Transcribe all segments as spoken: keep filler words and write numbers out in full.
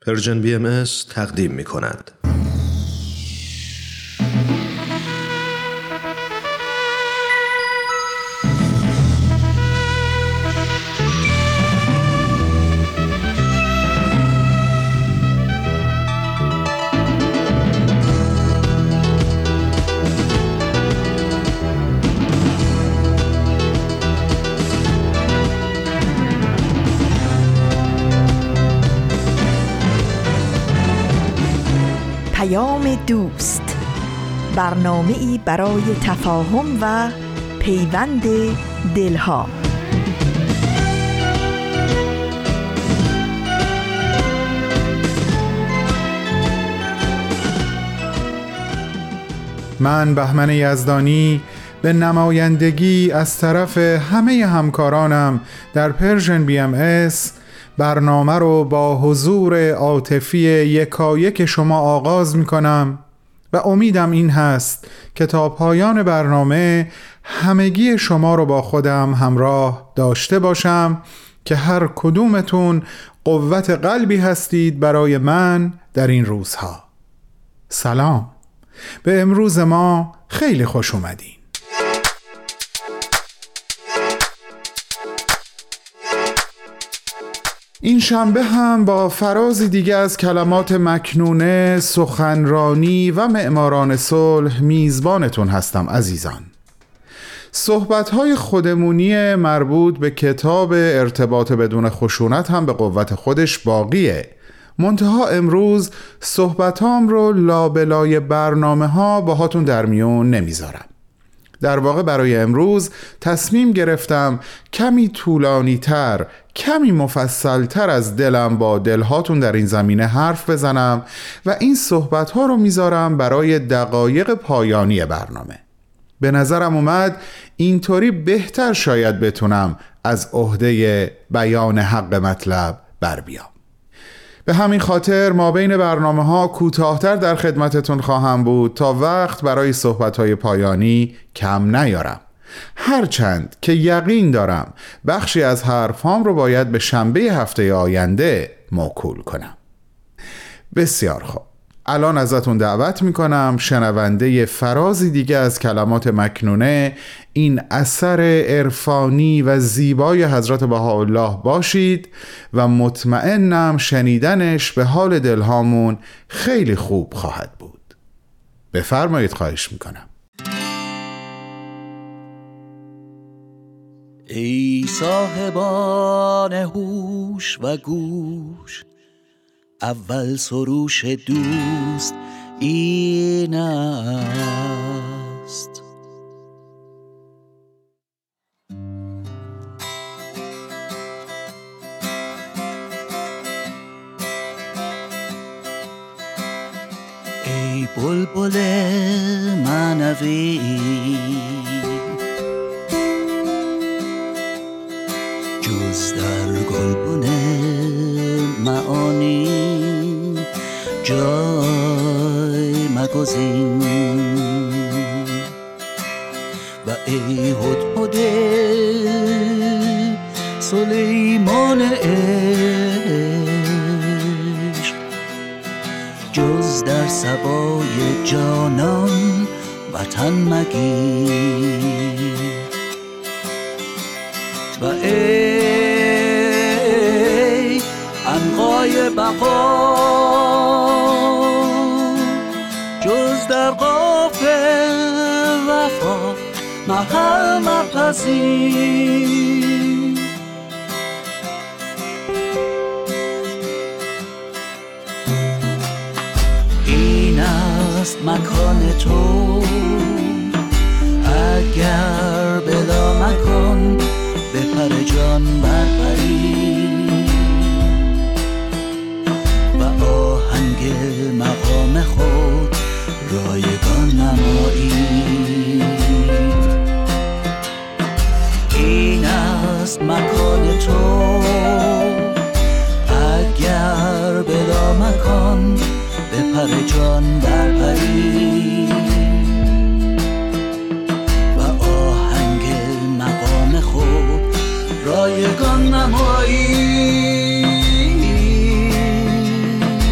پرژن بی ام اس تقدیم می کند. دوست، برنامه‌ای برای تفاهم و پیوند دلها. من بهمن یزدانی به نمایندگی از طرف همه همکارانم در پرژن بی ام اس برنامه رو با حضور عاطفی یکایک شما آغاز می کنم و امیدم این هست که تا پایان برنامه همگی شما رو با خودم همراه داشته باشم که هر کدومتون قوت قلبی هستید برای من در این روزها. سلام، به امروز ما خیلی خوش اومدین. این شنبه هم با فرازی دیگه از کلمات مکنونه، سخنرانی و معماران صلح میزبانتون هستم عزیزان. صحبت‌های خودمونی مربوط به کتاب ارتباط بدون خشونت هم به قوت خودش باقیه، منتها امروز صحبتام رو لابلای برنامه ها باهاتون در میون نمیذارم. در واقع برای امروز تصمیم گرفتم کمی طولانی تر، کمی مفصل تر از دلم با دلهاتون در این زمینه حرف بزنم و این صحبت ها رو میذارم برای دقایق پایانی برنامه. به نظرم اومد اینطوری بهتر شاید بتونم از عهده بیان حق مطلب بر بیام. به همین خاطر ما بین برنامه ها کوتاه‌تر در خدمتتون خواهم بود تا وقت برای صحبت‌های پایانی کم نیارم، هرچند که یقین دارم بخشی از حرفام رو باید به شنبه هفته آینده موکول کنم. بسیار خوب، الان ازتون دعوت میکنم شنونده فرازی دیگه از کلمات مکنونه، این اثر عرفانی و زیبای حضرت بهاءالله باشید و مطمئنم شنیدنش به حال دلهامون خیلی خوب خواهد بود. بفرمایید، خواهش میکنم. ای صاحبان هوش و گوش، اول سروش دوست این است. ای بلبل معنوی، جز در گلبن معانی جای مگزین و ای هدهد سلیمان عشق، جز در سبای جانان وطن مگیر و ای عنقای بقا، جز در قاف وفا محل مپذیر. این است مکان تو، اگر بلا مکان به پر جان برپری و آهنگ مقام خود رایگان نمایی. این است مکان تو، اگر بلا مکان به پر جان برپری و آهنگ مقام خود رایگان نمایی.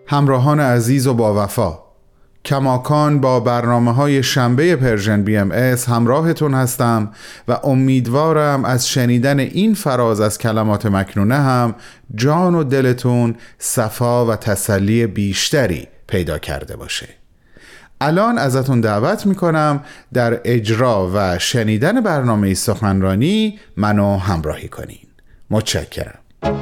همراهان عزیز و با وفا، کماکان با برنامه های شنبه پرژن بی ام اس همراهتون هستم و امیدوارم از شنیدن این فراز از کلمات مکنونه هم جان و دلتون صفا و تسلی بیشتری پیدا کرده باشه. الان ازتون دعوت میکنم در اجرا و شنیدن برنامه سخنرانی منو همراهی کنین. متشکرم.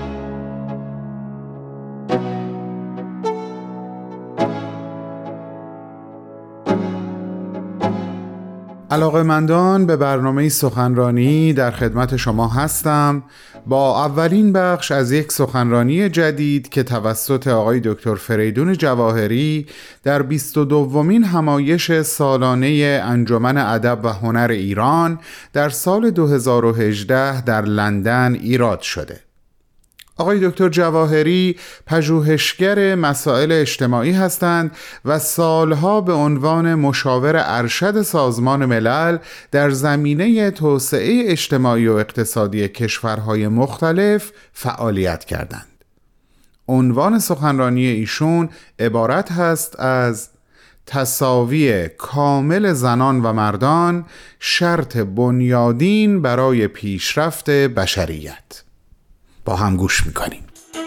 علاقه‌مندان به برنامه سخنرانی در خدمت شما هستم با اولین بخش از یک سخنرانی جدید که توسط آقای دکتر فریدون جواهری در بیست و دومین همایش سالانه انجمن ادب و هنر ایران در سال دو هزار و هجده در لندن ایراد شده. آقای دکتر جواهری پژوهشگر مسائل اجتماعی هستند و سالها به عنوان مشاور ارشد سازمان ملل در زمینه توسعه اجتماعی و اقتصادی کشورهای مختلف فعالیت کردند. عنوان سخنرانی ایشون عبارت هست از تساوی کامل زنان و مردان، شرط بنیادین برای پیشرفت بشریت. با هم گوش میکنیم.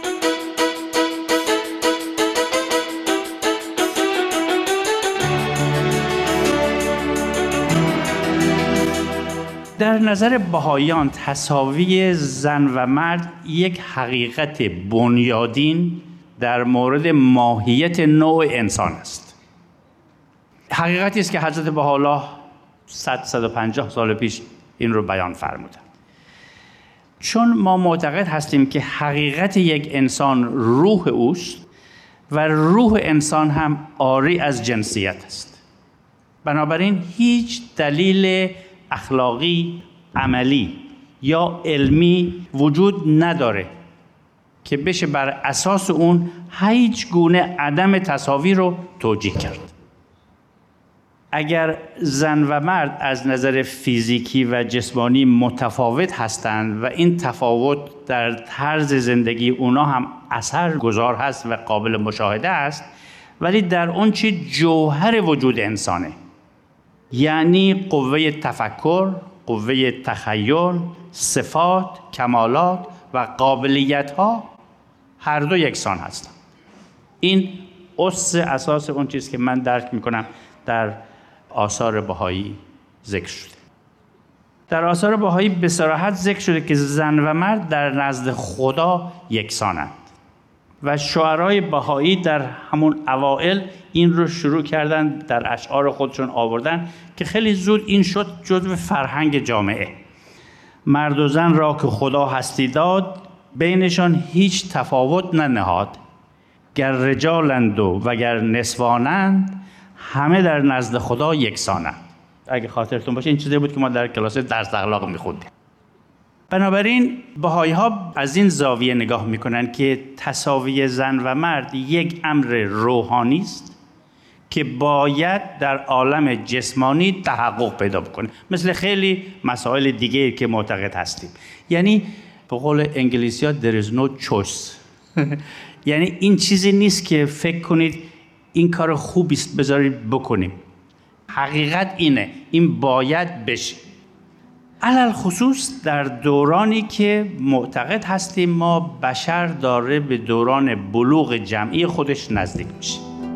در نظر بهائیان تساوی زن و مرد یک حقیقت بنیادین در مورد ماهیت نوع انسان است. حقیقتی است که حضرت بهاءالله صد صد و پنجاه سال پیش این رو بیان فرمودند. چون ما معتقد هستیم که حقیقت یک انسان روح اوست و روح انسان هم عاری از جنسیت است. بنابراین هیچ دلیل اخلاقی، عملی یا علمی وجود نداره که بشه بر اساس اون هیچ گونه عدم تساوی رو توجیه کرد. اگر زن و مرد از نظر فیزیکی و جسمانی متفاوت هستند و این تفاوت در طرز زندگی اونا هم اثرگذار هست و قابل مشاهده است، ولی در اون چی جوهر وجود انسانه، یعنی قوه تفکر، قوه تخیل، صفات، کمالات و قابلیت ها هر دو یکسان هستند. این اصل اساس اون چیز که من درک میکنم در آثار بهایی ذکر شده. در آثار بهایی به صراحت ذکر شده که زن و مرد در نزد خدا یکسانند و شعرای بهایی در همون اوائل این رو شروع کردن در اشعار خودشون آوردن که خیلی زود این شد جزو فرهنگ جامعه. مرد و زن را که خدا هستی داد، بینشان هیچ تفاوت ننهاد. گر رجالند و وگر نسوانند، همه در نزد خدا یکسانند. اگه خاطرتون باشه این چیزی بود که ما در کلاس درس اخلاق میخوندیم. بنابراین بهایی ها از این زاویه نگاه میکنن که تساوی زن و مرد یک امر روحانی است که باید در عالم جسمانی تحقق پیدا بکنه، مثل خیلی مسائل دیگه که معتقد هستیم. یعنی به قول انگلیسی ها there is no choice. یعنی این چیزی نیست که فکر کنید این کار خوبی است بذارید بکنیم. حقیقت اینه، این باید بشه. علل خصوص در دورانی که معتقد هستیم ما بشر داره به دوران بلوغ جمعی خودش نزدیک میشه.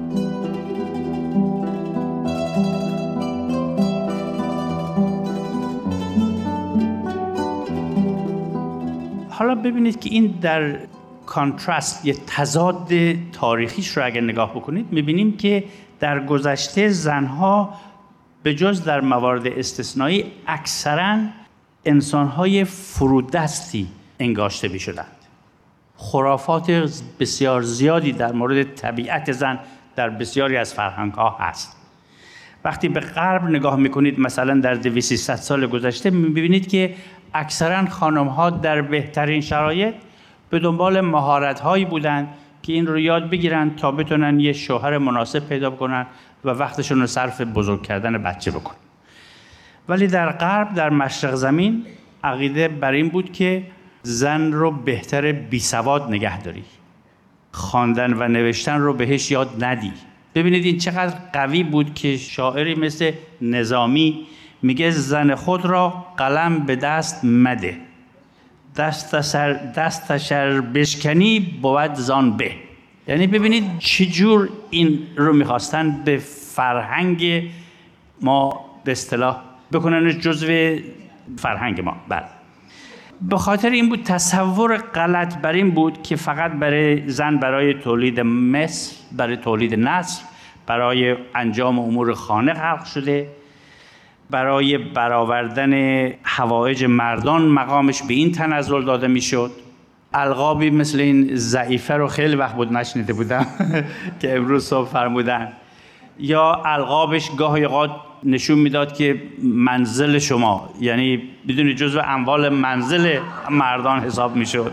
حالا ببینید که این در کانترست، یه تضاد تاریخیش رو اگر نگاه بکنید میبینیم که در گذشته زنها به جز در موارد استثنایی اکثراً انسانهای فرودستی انگاشته می شدند. خرافات بسیار زیادی در مورد طبیعت زن در بسیاری از فرهنگ‌ها هست. وقتی به غرب نگاه میکنید، مثلا در دویست سیصد سال گذشته، میبینید که اکثراً خانم‌ها در بهترین شرایط به دنبال مهارت‌هایی بودند که این رو یاد بگیرن تا بتونن یه شوهر مناسب پیدا کنن و وقتشون رو صرف بزرگ کردن بچه بکنن. ولی در غرب، در مشرق زمین، عقیده بر این بود که زن رو بهتر بی سواد نگه داری. خواندن و نوشتن رو بهش یاد ندی. ببینید این چقدر قوی بود که شاعری مثل نظامی میگه زن خود را قلم به دست مده، دست سر دست سر بشکنی بود زان به. یعنی ببینید چجور این رو میخواستن به فرهنگ ما به اصطلاح بکننش جزو فرهنگ ما. بله، به خاطر این بود تصور غلط بر این بود که فقط برای زن برای تولید مثل، برای تولید نسل، برای انجام امور خانه خلق شده، برای برآوردن حوایج مردان مقامش به این تنزل داده میشد. القابی مثل این ضعیفه رو خیلی وقت بود نشنیده بودم که امروز صبح فرمودن. یا القابش گاهی اوقات نشون میداد که منزل شما، یعنی بدون جزو اموال منزل مردان حساب میشد.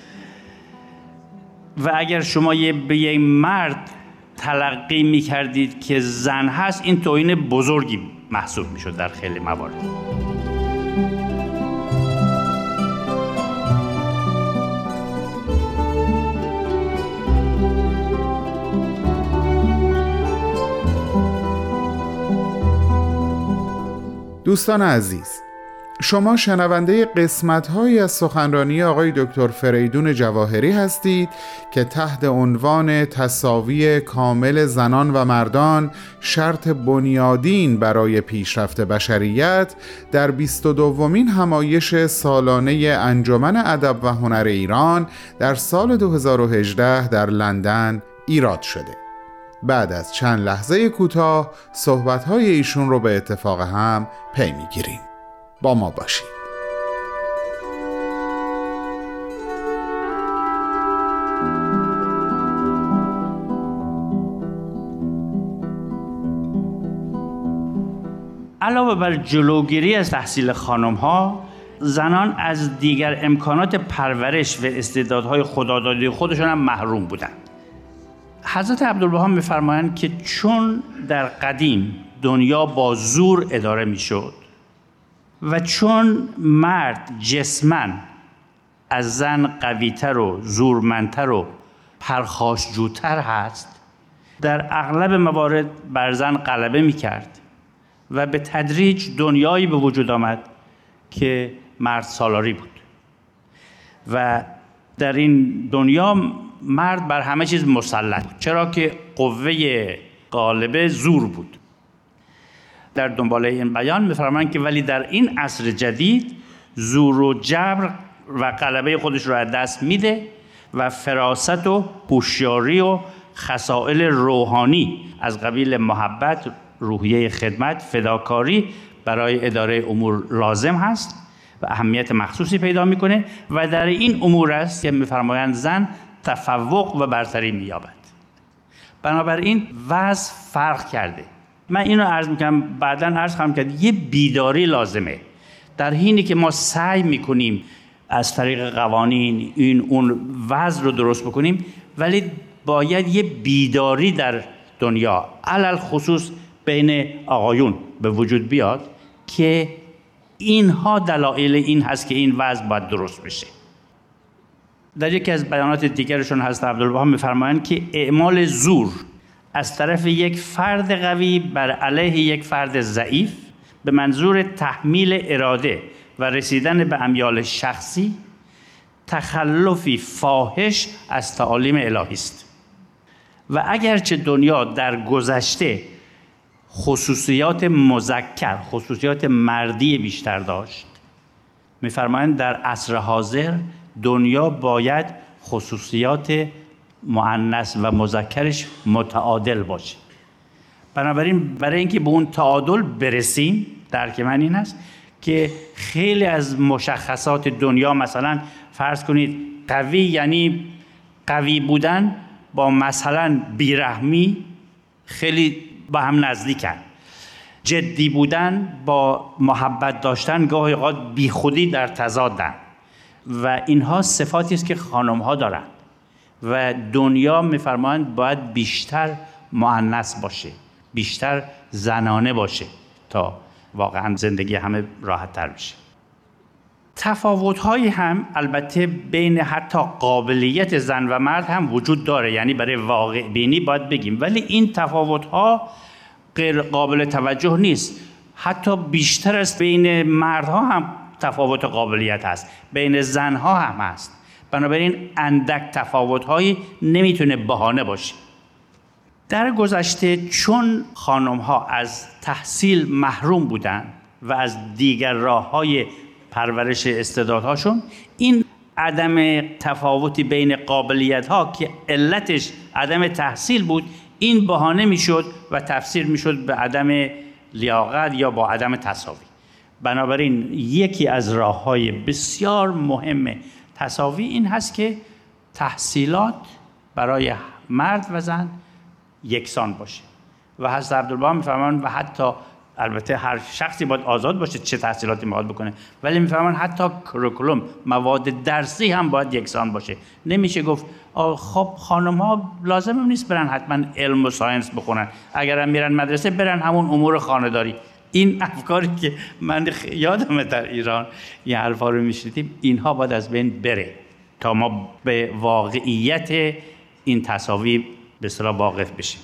و اگر شما یه به یک مرد تلقی میکردید که زن هست، این توهین بزرگی محسوب میشد در خیلی موارد. دوستان عزیز، شما شنونده قسمت‌هایی از سخنرانی آقای دکتر فریدون جواهری هستید که تحت عنوان تساوی کامل زنان و مردان شرط بنیادین برای پیشرفت بشریت در بیست و دومین همایش سالانه انجمن ادب و هنر ایران در سال دو هزار و هجده در لندن ایراد شده. بعد از چند لحظه کوتاه صحبت‌های ایشون رو به اتفاق هم پی می‌گیریم. با ما باشید. علاوه بر جلوگیری از تحصیل خانم‌ها، زنان از دیگر امکانات پرورش و استعدادهای خدادادی خودشون هم محروم بودند. حضرت عبدالبها می‌فرمایند که چون در قدیم دنیا با زور اداره می‌شد و چون مرد جسماً از زن قوی‌تر و زورمندتر و پرخاشجوتر هست، در اغلب موارد بر زن غلبه می‌کرد و به تدریج دنیایی به وجود آمد که مرد سالاری بود و در این دنیا مرد بر همه چیز مسلط بود، چرا که قوه غالبه زور بود. در دنباله این بیان می‌فرمایند که ولی در این عصر جدید زور و جبر و غلبه خودش رو از دست میده و فراست و هوشیاری و خصائل روحانی از قبیل محبت، روحیه خدمت، فداکاری برای اداره امور لازم هست و اهمیت مخصوصی پیدا میکنه و در این امور است که می‌فرمایند زن تفوق و برتری می‌یابد. بنابراین وضع فرق کرده. من اینو عرض میکنم، بعداً عرض خواهم کرد، یه بیداری لازمه. در حینی که ما سعی میکنیم از طریق قوانین این اون وضع رو درست بکنیم، ولی باید یه بیداری در دنیا علل خصوص بین آقایون به وجود بیاد که اینها دلایل این هست که این وضع باید درست بشه. در یکی از بیانات دیگرشون حضرت عبدالبها می‌فرمایند که اعمال زور از طرف یک فرد قوی بر علیه یک فرد ضعیف به منظور تحمیل اراده و رسیدن به امیال شخصی تخلفی فاحش از تعالیم الهی است. و اگرچه دنیا در گذشته خصوصیات مذکر، خصوصیات مردی بیشتر داشت، می‌فرمایند در عصر حاضر دنیا باید خصوصیات مؤنث و مذکرش متعادل باشه. بنابراین برای اینکه به اون تعادل برسیم، درک من این است که خیلی از مشخصات دنیا، مثلا فرض کنید قوی یعنی قوی بودن با مثلا بیرحمی خیلی با هم نزدیکن، جدی بودن با محبت داشتن گاهی اوقات بیخودی در تضادن و اینها صفاتی است که خانم‌ها دارن و دنیا می‌فرمایند باید بیشتر مؤنث باشه، بیشتر زنانه باشه تا واقعا زندگی همه راحت تر بشه. تفاوت‌هایی هم البته بین حتی قابلیت زن و مرد هم وجود داره، یعنی برای واقع بینی باید بگیم، ولی این تفاوت‌ها غیر قابل توجه نیست. حتی بیشتر از بین مردها هم تفاوت قابلیت هست، بین زنها هم هست. بنابراین اندک تفاوت‌هایی نمیتونه بهانه باشه. در گذشته چون خانم‌ها از تحصیل محروم بودند و از دیگر راه‌های پرورش استعدادهاشون، این عدم تفاوتی بین قابلیت‌ها که علتش عدم تحصیل بود، این بهانه میشد و تفسیر میشد به عدم لیاقت یا با عدم تساوی. بنابراین یکی از راه‌های بسیار مهم تساوی این هست که تحصیلات برای مرد و زن یکسان باشه. و حضرت عبدالبها میفرمایند و حتی البته هر شخصی باید آزاد باشه چه تحصیلاتی میخواد بکنه، ولی میفرمایند حتی کریکولوم، مواد درسی هم باید یکسان باشه. نمیشه گفت خب خانم ها لازم نیست برن حتما علم و ساینس بخونن، اگر هم میرن مدرسه برن همون امور خانه‌داری. این افکاری که من یادمه در ایران این حرفا رو میشنیدیم، اینها باید از بین بره تا ما به واقعیت این تساوی به اصطلاح واقف بشیم.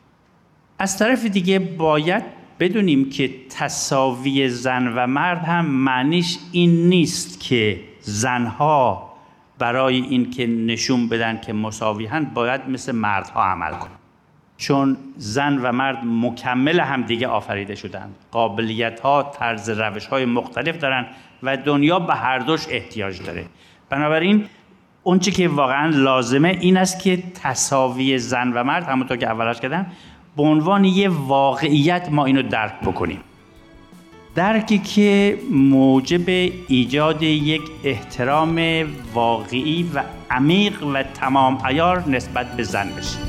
از طرف دیگه باید بدونیم که تساوی زن و مرد هم معنیش این نیست که زنها برای این که نشون بدن که مساوی هستند باید مثل مردها عمل کنن، چون زن و مرد مکمل هم دیگه آفریده شدند. قابلیت ها، طرز روش های مختلف دارن و دنیا به هر دوش احتیاج داره. بنابراین اون چی که واقعا لازمه این است که تساوی زن و مرد، همونطور که اولش کردم، به عنوان یه واقعیت ما اینو درک بکنیم. درکی که موجب ایجاد یک احترام واقعی و عمیق و تمام عیار نسبت به زن بشه.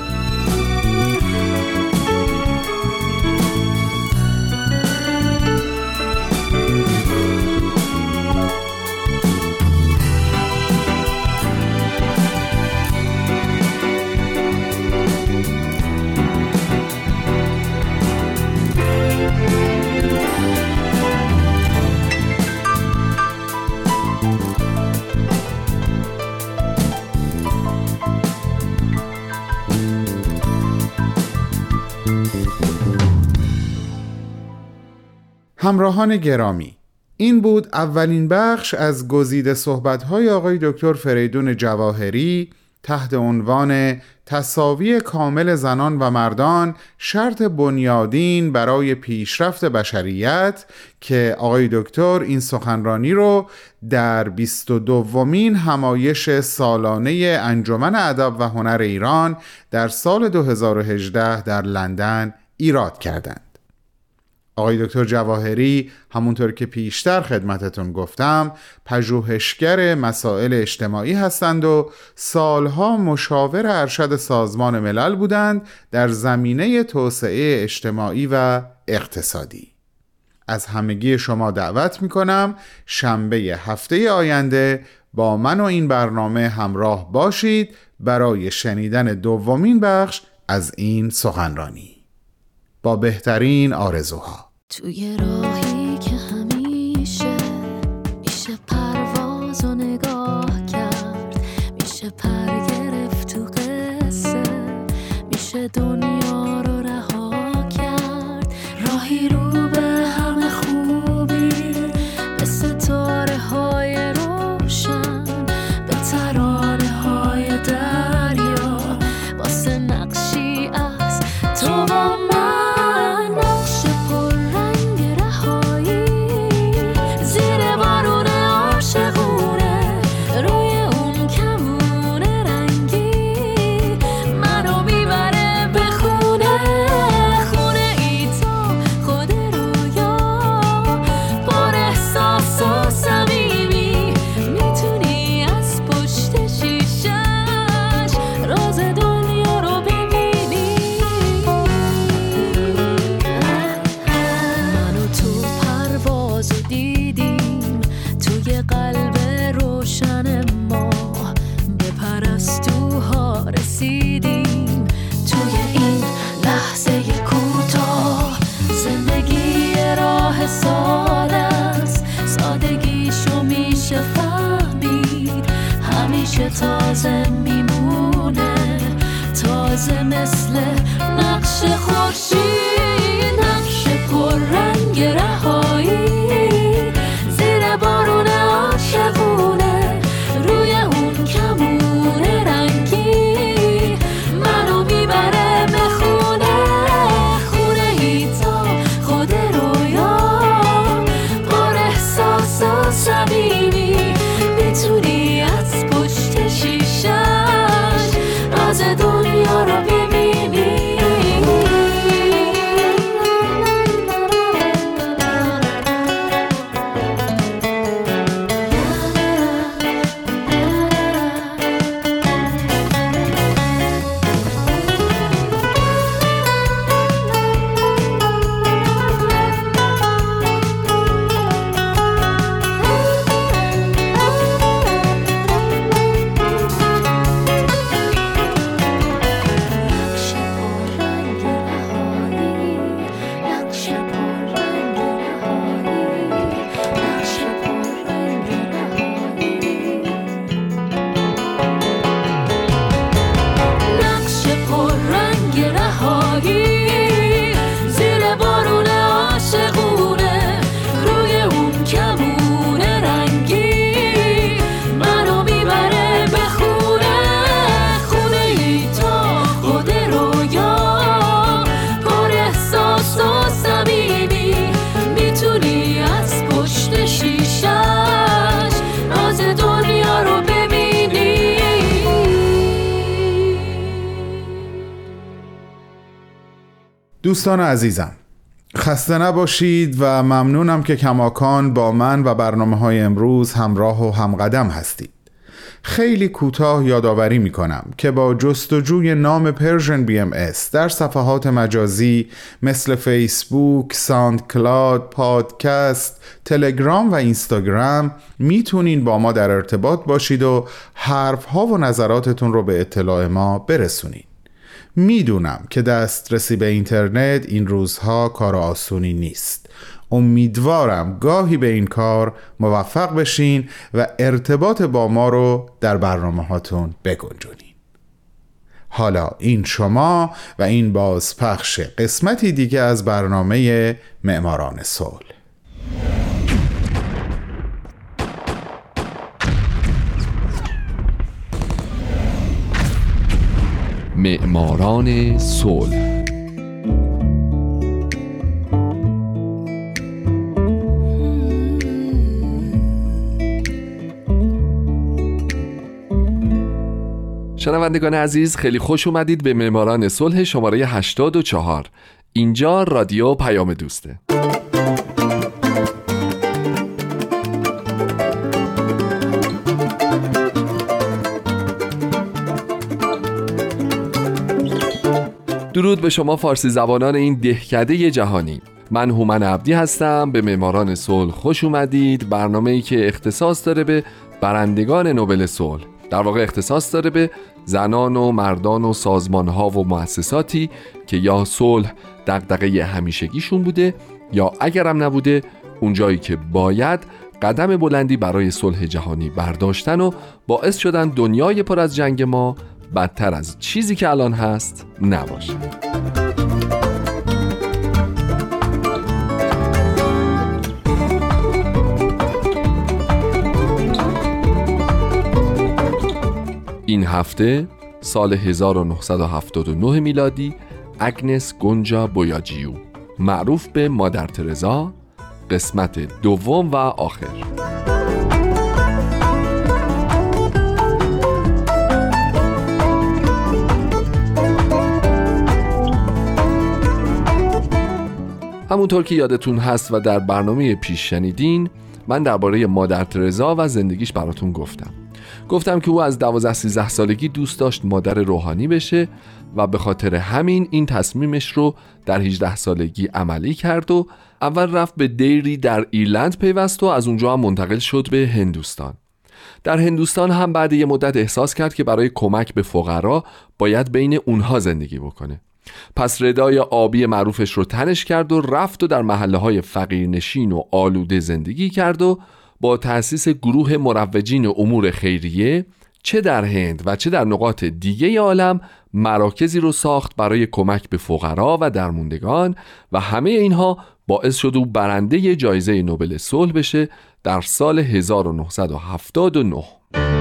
همراهان گرامی، این بود اولین بخش از گزیده صحبت‌های آقای دکتر فریدون جواهری تحت عنوان تساوی کامل زنان و مردان، شرط بنیادین برای پیشرفت بشریت، که آقای دکتر این سخنرانی رو در بیست و دومین همایش سالانه انجمن ادب و هنر ایران در سال دو هزار و هجده در لندن ایراد کردند. آقای دکتر جواهری همونطور که پیشتر خدمتتون گفتم پژوهشگر مسائل اجتماعی هستند و سالها مشاور ارشد سازمان ملل بودند در زمینه توسعه اجتماعی و اقتصادی. از همگی شما دعوت میکنم شنبه هفته آینده با من و این برنامه همراه باشید برای شنیدن دومین بخش از این سخنرانی. با بهترین آرزوها. توی راهی که همیشه میشه پرواز و نگاه کرد، میشه پر گرفت تو قصه، میشه دنیا رو رها کرد. راهی رو به همه خوبی، به ستاره های روشن، به ترانه های دریا، واسه نقشی از تو با من. به خون تازه میمونه، تازه مثل نقش خورشید، نقش پر رنگ رهایی زیر بارون عاشقونه، روی اون کمون رنگی منو میبره به خونه، خونه ای تا خود رویا، پر احساس و صمیمی، میتونی از پشت شیشش راز دنیا رو ببینی. دوستان عزیزم، خسته نباشید و ممنونم که کماکان با من و برنامه‌های امروز همراه و همقدم هستید. خیلی کوتاه یادآوری میکنم که با جستجوی نام پرژن بی ام اس در صفحات مجازی مثل فیسبوک، ساوند کلاود، پادکست، تلگرام و اینستاگرام میتونین با ما در ارتباط باشید و حرفها و نظراتتون رو به اطلاع ما برسونید. میدونم که دسترسی به اینترنت این روزها کار آسونی نیست. امیدوارم گاهی به این کار موفق بشین و ارتباط با ما رو در برنامه هاتون بگنجونین. حالا این شما و این بازپخش قسمتی دیگه از برنامه معماران صلح. معماران صلح. شنوندگان عزیز، خیلی خوش اومدید به معماران صلح شماره هشتاد و چهار. اینجا رادیو پیام دوسته. درود به شما فارسی زبانان این دهکده جهانی. من هومن عبدی هستم. به معماران صلح خوش اومدید. برنامه‌ای که اختصاص داره به برندگان نوبل صلح، در واقع اختصاص داره به زنان و مردان و سازمان‌ها و مؤسساتی که یا صلح دغدغه همیشگیشون بوده یا اگرم نبوده اونجایی که باید قدم بلندی برای صلح جهانی برداشتن و باعث شدن دنیای پر از جنگ ما بدتر از چیزی که الان هست نباشه. این هفته سال هزار و نهصد و هفتاد و نه میلادی اگنس گونجا بویاجیو، معروف به مادر ترزا، قسمت دوم و آخر. همونطور که یادتون هست و در برنامه پیش شنیدین، من درباره مادر ترزا و زندگیش براتون گفتم. گفتم که او از دوازده سیزده سالگی دوست داشت مادر روحانی بشه و به خاطر همین این تصمیمش رو در هجده سالگی عملی کرد و اول رفت به دیری در ایرلند پیوست و از اونجا هم منتقل شد به هندوستان. در هندوستان هم بعد یه مدت احساس کرد که برای کمک به فقرا باید بین اونها زندگی بکنه. پس ردای آبی معروفش رو تنش کرد و رفت و در محله‌های فقیرنشین و آلوده زندگی کرد و با تأسیس گروه مروجین امور خیریه چه در هند و چه در نقاط دیگه عالم مراکزی رو ساخت برای کمک به فقرا و درموندگان و همه اینها باعث شد او برنده جایزه نوبل صلح بشه در سال هزار و نهصد و هفتاد و نه.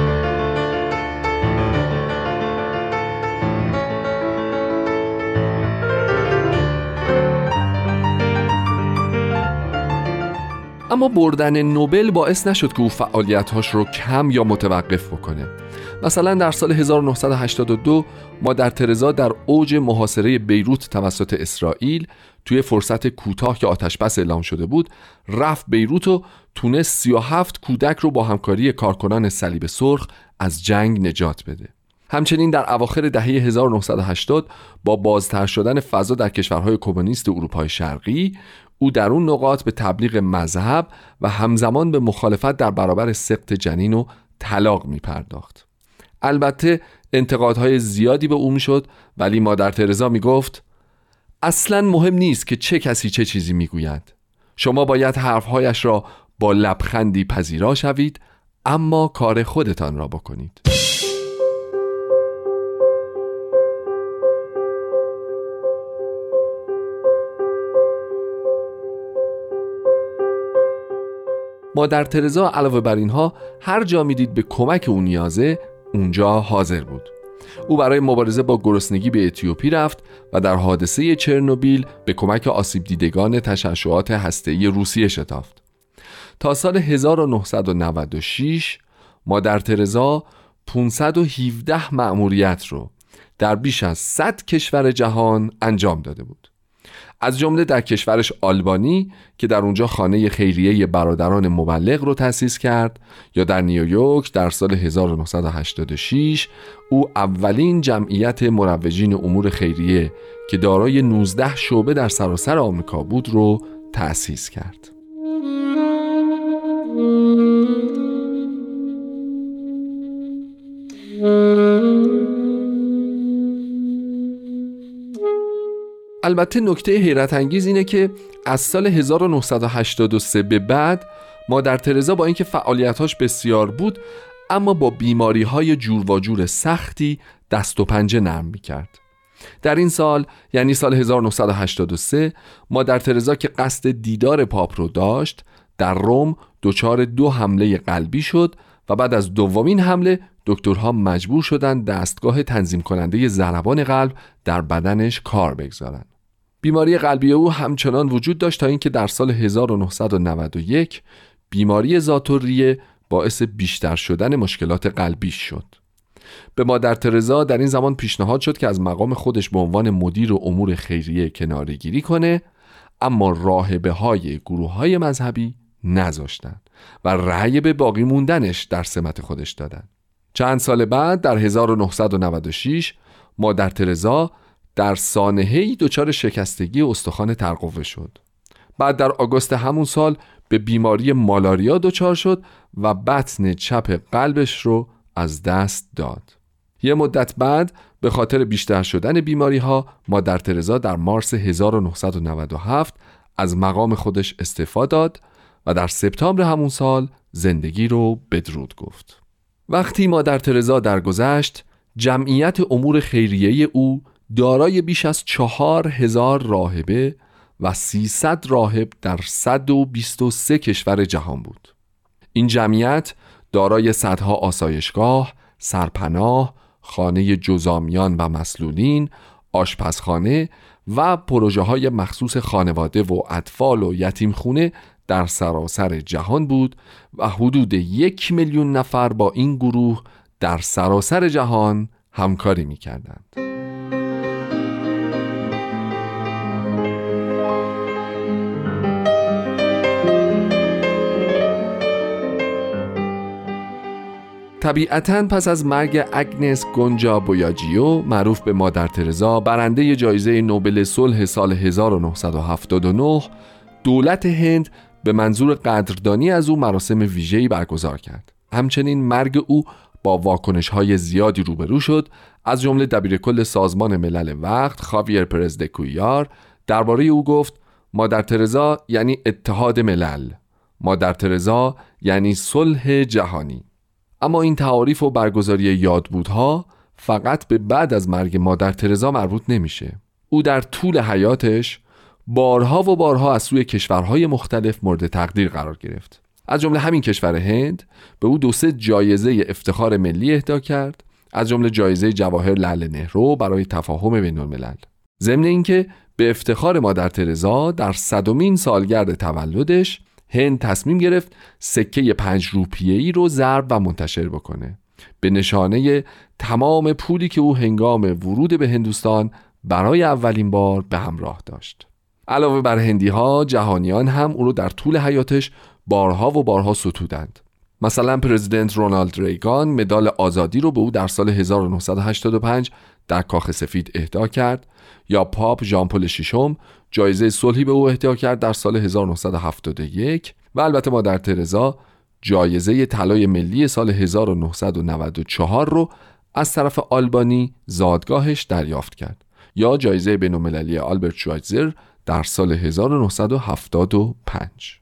اما بردن نوبل باعث نشد که او فعالیت‌هاش رو کم یا متوقف بکنه. مثلا در سال هزار و نهصد و هشتاد و دو مادر ترزا در اوج محاصره بیروت توسط اسرائیل توی فرصت کوتاه که آتشبس اعلام شده بود رفت بیروت و تونست سی و هفت کودک رو با همکاری کارکنان صلیب سرخ از جنگ نجات بده. همچنین در اواخر دهه هزار و نهصد و هشتاد با بازتر شدن فضا در کشورهای کمونیست اروپای شرقی او در اون نقاط به تبلیغ مذهب و همزمان به مخالفت در برابر سقط جنین و طلاق می پرداخت. البته انتقادهای زیادی به او می شد، ولی مادر ترزا می گفت اصلاً مهم نیست که چه کسی چه چیزی می گوید. شما باید حرفهایش را با لبخندی پذیرا شوید، اما کار خودتان را بکنید. مادر ترزا علاوه بر اینها هر جا میدید به کمک او نیازه اونجا حاضر بود. او برای مبارزه با گرسنگی به اتیوپی رفت و در حادثه چرنوبیل به کمک آسیب دیدگان تشعشعات هسته‌ای روسیه شتافت. تا سال هزار و نهصد و نود و شش مادر ترزا پانصد و هفده مأموریت رو در بیش از صد کشور جهان انجام داده بود. از جمله در کشورش آلبانی که در اونجا خانه خیریه برادران مبلغ رو تأسیس کرد، یا در نیویورک در سال هزار و نهصد و هشتاد و شش او اولین جمعیت مروجین امور خیریه که دارای نوزده شعبه در سراسر آمریکا بود رو تأسیس کرد. البته نکته حیرت انگیز اینه که از سال هزار و نهصد و هشتاد و سه به بعد مادر ترزا با اینکه فعالیتاش بسیار بود اما با بیماری‌های جور و جور سختی دست و پنجه نرم می‌کرد. در این سال یعنی سال هزار و نهصد و هشتاد و سه مادر ترزا که قصد دیدار پاپ رو داشت در روم دچار دو حمله قلبی شد و بعد از دومین حمله دکترها مجبور شدند دستگاه تنظیم کننده ضربان قلب در بدنش کار بگذارند. بیماری قلبی او همچنان وجود داشت تا اینکه در سال هزار و نهصد و نود و یک بیماری ذات‌الریه باعث بیشتر شدن مشکلات قلبیش شد. به مادر ترزا در این زمان پیشنهاد شد که از مقام خودش به عنوان مدیر امور خیریه کناره‌گیری کنه، اما راهبه‌های گروه‌های مذهبی نذاشتند و رأی به باقی موندنش در سمت خودش دادن. چند سال بعد در هزار و نهصد و نود و شش مادر ترزا در سانحه‌ای دچار شکستگی استخوان ترقوه شد. بعد در آگوست همون سال به بیماری مالاریا دچار شد و بطن چپ قلبش رو از دست داد. یه مدت بعد به خاطر بیشتر شدن بیماری ها مادر ترزا در مارس هزار و نهصد و نود و هفت از مقام خودش استعفا داد و در سپتامبر همون سال زندگی رو بدرود گفت. وقتی مادر ترزا درگذشت، جمعیت امور خیریه او دارای بیش از چهار هزار راهبه و سیصد راهب در صد و بیست و سه کشور جهان بود. این جمعیت دارای صدها آسایشگاه، سرپناه، خانه جزامیان و مسلولین، آشپزخانه و پروژه های مخصوص خانواده و اطفال و یتیمخونه در سراسر جهان بود و حدود یک میلیون نفر با این گروه در سراسر جهان همکاری می کردند. طبیعتاً پس از مرگ اگنس گونجا بویاجیو معروف به مادر ترزا، برنده جایزه نوبل صلح سال هزار و نهصد و هفتاد و نه، دولت هند به منظور قدردانی از او مراسم ویژه‌ای برگزار کرد. همچنین مرگ او با واکنش‌های زیادی روبرو شد. از جمله دبیرکل سازمان ملل وقت خاویر پرز دکویار درباره او گفت: مادر ترزا یعنی اتحاد ملل، مادر ترزا یعنی صلح جهانی. اما این تعاریف و برگزاری یادبودها فقط به بعد از مرگ مادر ترزا مربوط نمیشه. او در طول حیاتش بارها و بارها از سوی کشورهای مختلف مورد تقدیر قرار گرفت. از جمله همین کشور هند به او دو سه جایزه افتخار ملی اهدا کرد، از جمله جایزه جواهر لعل نهرو برای تفاهم بین الملل. ضمن اینکه به افتخار مادر ترزا در صدمین سالگرد تولدش هند تصمیم گرفت سکه پنج روپیه‌ای رو ضرب و منتشر بکنه به نشانه تمام پولی که او هنگام ورود به هندوستان برای اولین بار به همراه داشت. علاوه بر هندی ها، جهانیان هم او رو در طول حیاتش بارها و بارها ستودند. مثلا پرزیدنت رونالد ریگان مدال آزادی رو به او در سال هزار و نهصد و هشتاد و پنج در کاخ سفید اهدا کرد، یا پاپ ژان پل ششم جایزه صلحی به او اهدا کرد در سال هزار و نهصد و هفتاد و یک و البته مادر ترزا جایزه طلای ملی سال هزار و نهصد و نود و چهار رو از طرف آلبانی زادگاهش دریافت کرد، یا جایزه بین‌المللی آلبرت شوایتزر در سال هزار و نهصد و هفتاد و پنج.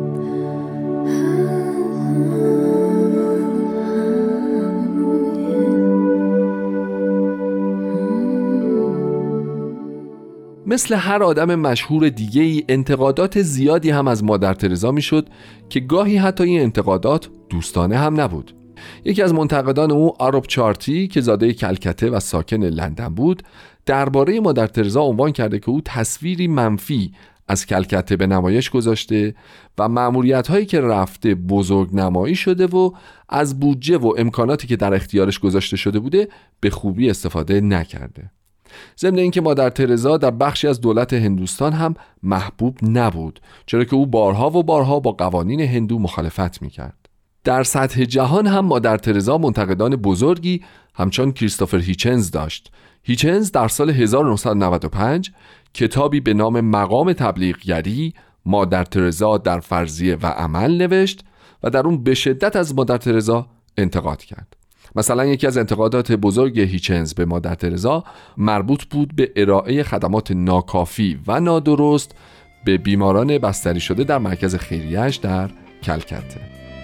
مثل هر آدم مشهور دیگه ای انتقادات زیادی هم از مادر ترزا میشد که گاهی حتی این انتقادات دوستانه هم نبود. یکی از منتقدان او، آروپ چارتی که زاده کلکته و ساکن لندن بود، درباره مادر ترزا عنوان کرده که او تصویری منفی از کلکته به نمایش گذاشته و مأموریت‌هایی که رفته بزرگ نمایی شده و از بودجه و امکاناتی که در اختیارش گذاشته شده بوده به خوبی استفاده نکرده. ضمن اینکه مادر ترزا در بخشی از دولت هندوستان هم محبوب نبود، چرا که او بارها و بارها با قوانین هندو مخالفت میکرد. در سطح جهان هم مادر ترزا منتقدان بزرگی همچون کریستوفر هیچنز داشت. هیچنز در سال هزار و نهصد و نود و پنج کتابی به نام مقام تبلیغگری مادر ترزا در فرضیه و عمل نوشت و در اون به شدت از مادر ترزا انتقاد کرد. مثلا یکی از انتقادات بزرگ هیچنز به مادر ترزا مربوط بود به ارائه خدمات ناکافی و نادرست به بیماران بستری شده در مرکز خیریه‌اش در کلکته.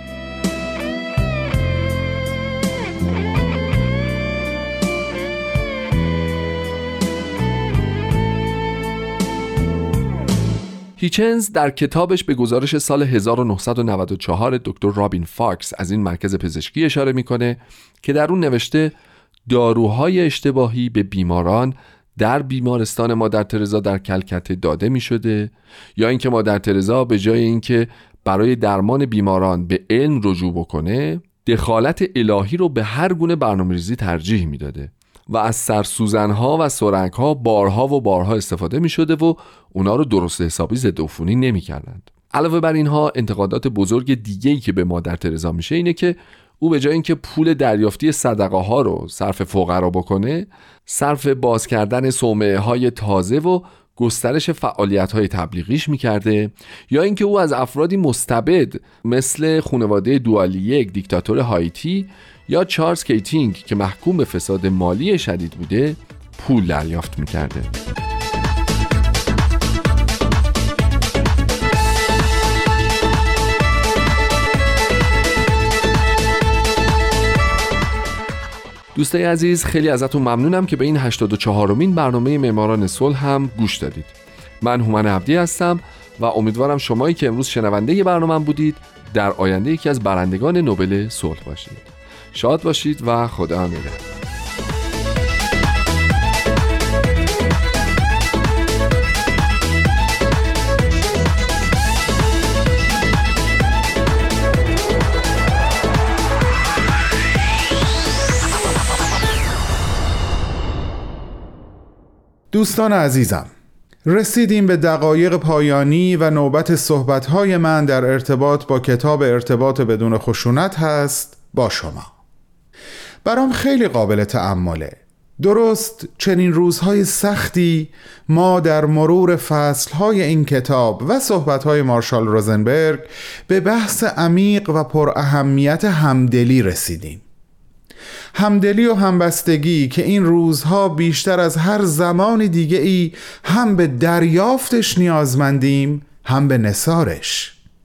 هیچنز در کتابش به گزارش سال هزار و نهصد و نود و چهار دکتر رابین فاکس از این مرکز پزشکی اشاره میکنه که در اون نوشته داروهای اشتباهی به بیماران در بیمارستان مادر ترزا در کلکته داده می شده، یا اینکه مادر ترزا به جای اینکه برای درمان بیماران به علم رجوع بکنه، دخالت الهی رو به هر گونه برنامه‌ریزی ترجیح میداده و از سرسوزنها و سرنگها بارها و بارها استفاده می شده و اونا رو درست حسابی ضد عفونی نمی کردند. علاوه بر اینها انتقادات بزرگ دیگه‌ای که به مادر ترزا میشه اینه که او به جای اینکه پول دریافتی صدقه ها رو صرف فقرا بکنه، صرف باز کردن صومعه های تازه و گسترش فعالیت های تبلیغیش میکرده، یا اینکه او از افرادی مستبد مثل خانواده دوالیه دیکتاتور هایتی یا چارلز کیتینگ که محکوم به فساد مالی شدید بوده پول دریافت میکرده. دوستای عزیز، خیلی ازتون ممنونم که به این هشتاد و چهارمین برنامه معماران صلح هم گوش دادید. من هومن عبدی هستم و امیدوارم شمایی که امروز شنونده ی برنامه بودید در آینده یکی از برندگان نوبل صلح باشید. شاد باشید و خدا نگهدار. دوستان عزیزم، رسیدیم به دقایق پایانی و نوبت صحبت‌های من در ارتباط با کتاب ارتباط بدون خشونت هست با شما. برام خیلی قابل تأمله. درست چنین روزهای سختی ما در مرور فصلهای این کتاب و صحبت‌های مارشال روزنبرگ به بحث عمیق و پر اهمیت همدلی رسیدیم. همدلی و همبستگی که این روزها بیشتر از هر زمان دیگه ای هم به دریافتش نیازمندیم هم به نثارش.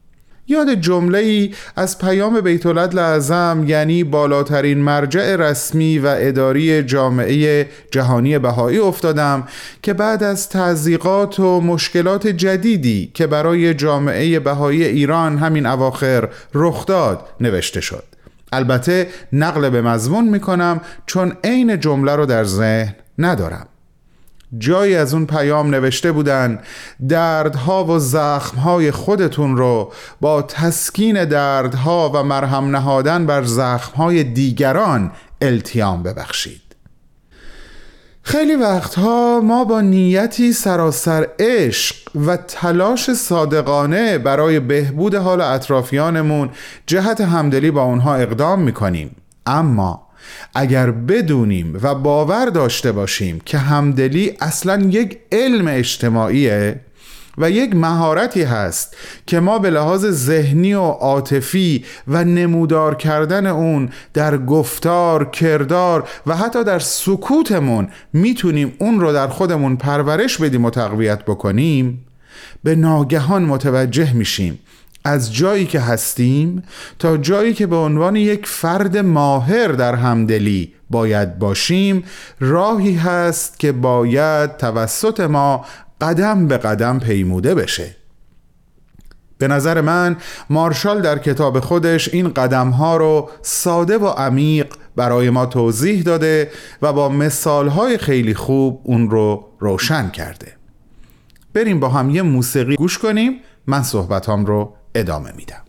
یاد جمله‌ای از پیام بیت العدل اعظم، یعنی بالاترین مرجع رسمی و اداری جامعه جهانی بهایی افتادم که بعد از تضییقات و مشکلات جدیدی که برای جامعه بهایی ایران همین اواخر رخ داد نوشته شد. البته نقل به مضمون میکنم چون عین جمله رو در ذهن ندارم. جایی از اون پیام نوشته بودن دردها و زخمهای خودتون رو با تسکین دردها و مرهم نهادن بر زخمهای دیگران التیام ببخشید. خیلی وقتها ما با نیتی سراسر عشق و تلاش صادقانه برای بهبود حال اطرافیانمون جهت همدلی با اونها اقدام میکنیم، اما اگر بدونیم و باور داشته باشیم که همدلی اصلاً یک علم اجتماعیه و یک مهارتی هست که ما به لحاظ ذهنی و عاطفی و نمودار کردن اون در گفتار، کردار و حتی در سکوتمون میتونیم اون رو در خودمون پرورش بدیم و تقویت بکنیم، به ناگهان متوجه میشیم از جایی که هستیم تا جایی که به عنوان یک فرد ماهر در همدلی باید باشیم راهی هست که باید توسط ما قدم به قدم پیموده بشه. به نظر من مارشال در کتاب خودش این قدم‌ها رو ساده و عمیق برای ما توضیح داده و با مثال‌های خیلی خوب اون رو روشن کرده. بریم با هم یه موسیقی گوش کنیم، من صحبتام رو ادامه میدم.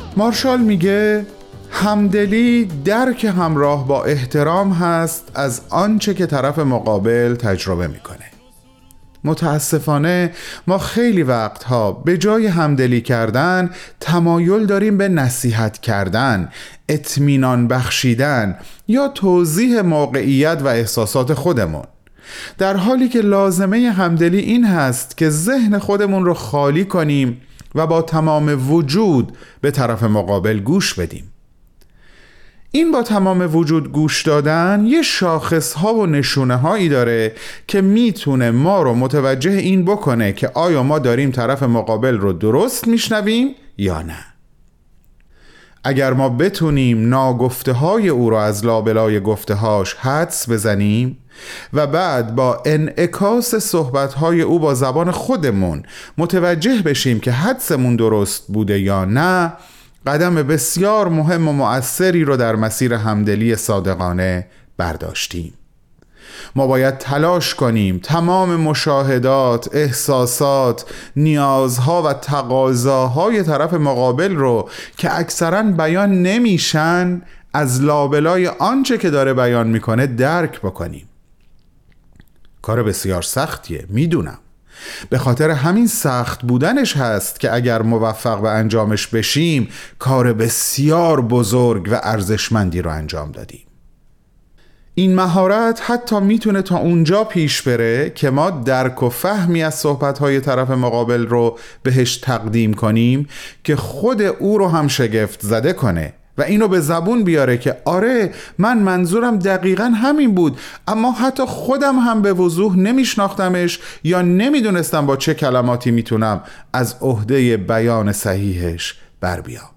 مارشال میگه همدلی درک همراه با احترام هست از آنچه که طرف مقابل تجربه میکنه. متاسفانه ما خیلی وقتها به جای همدلی کردن تمایل داریم به نصیحت کردن، اطمینان بخشیدن یا توضیح موقعیت و احساسات خودمون، در حالی که لازمه همدلی این هست که ذهن خودمون رو خالی کنیم و با تمام وجود به طرف مقابل گوش بدیم. این با تمام وجود گوش دادن یه شاخص ها و نشونه هایی داره که میتونه ما رو متوجه این بکنه که آیا ما داریم طرف مقابل رو درست میشنویم یا نه. اگر ما بتونیم ناگفته های او رو از لابلای گفته هاش حدس بزنیم و بعد با انعکاس صحبت های او با زبان خودمون متوجه بشیم که حدسمون درست بوده یا نه، قدم بسیار مهم و مؤثری رو در مسیر همدلی صادقانه برداشتیم. ما باید تلاش کنیم تمام مشاهدات، احساسات، نیازها و تقاضاهای طرف مقابل رو که اکثراً بیان نمیشن از لابلای آنچه که داره بیان میکنه درک بکنیم. کار بسیار سختیه، میدونم. به خاطر همین سخت بودنش هست که اگر موفق به انجامش بشیم کار بسیار بزرگ و ارزشمندی رو انجام دادیم. این مهارت حتی میتونه تا اونجا پیش بره که ما درک و فهمی از صحبت‌های طرف مقابل رو بهش تقدیم کنیم که خود او رو هم شگفت زده کنه و اینو به زبون بیاره که آره من منظورم دقیقاً همین بود، اما حتی خودم هم به وضوح نمیشناختمش یا نمیدونستم با چه کلماتی میتونم از عهده بیان صحیحش بر بیام.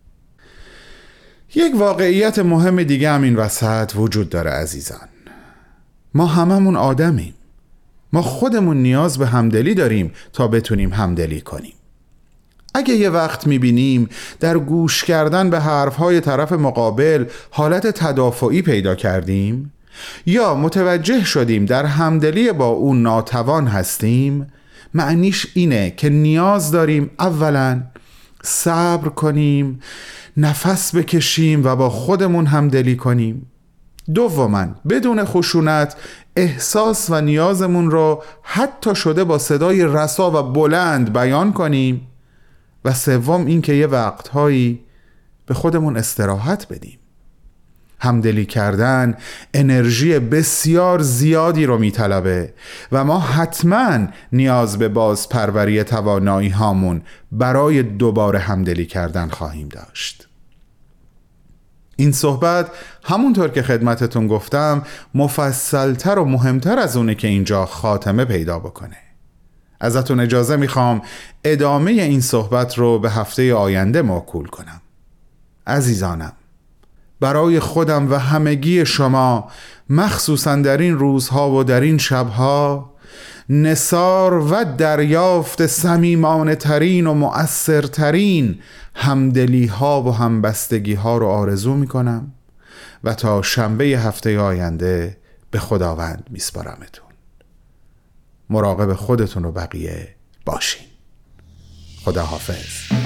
یک واقعیت مهم دیگه هم این وسط وجود داره عزیزان. ما هممون آدمیم. ما خودمون نیاز به همدلی داریم تا بتونیم همدلی کنیم. اگه یه وقت میبینیم در گوش کردن به حرفهای طرف مقابل حالت تدافعی پیدا کردیم یا متوجه شدیم در همدلی با اون ناتوان هستیم، معنیش اینه که نیاز داریم اولا صبر کنیم، نفس بکشیم و با خودمون همدلی کنیم. دوما بدون خشونت احساس و نیازمون رو حتی شده با صدای رسا و بلند بیان کنیم. و سوم این که یه وقتهایی به خودمون استراحت بدیم. همدلی کردن انرژی بسیار زیادی رو میطلبه و ما حتما نیاز به بازپروری توانایی هامون برای دوباره همدلی کردن خواهیم داشت. این صحبت همونطور که خدمتتون گفتم مفصلتر و مهمتر از اونه که اینجا خاتمه پیدا بکنه. ازتون اجازه میخوام ادامه این صحبت رو به هفته آینده موکول کنم. عزیزانم، برای خودم و همگی شما، مخصوصا در این روزها و در این شبها، نثار و دریافت صمیمانه ترین و مؤثرترین همدلی ها و همبستگی ها رو آرزو میکنم و تا شنبه هفته آینده به خداوند میسپارمتون. مراقب خودتون و بقیه باشین. خدا حافظ.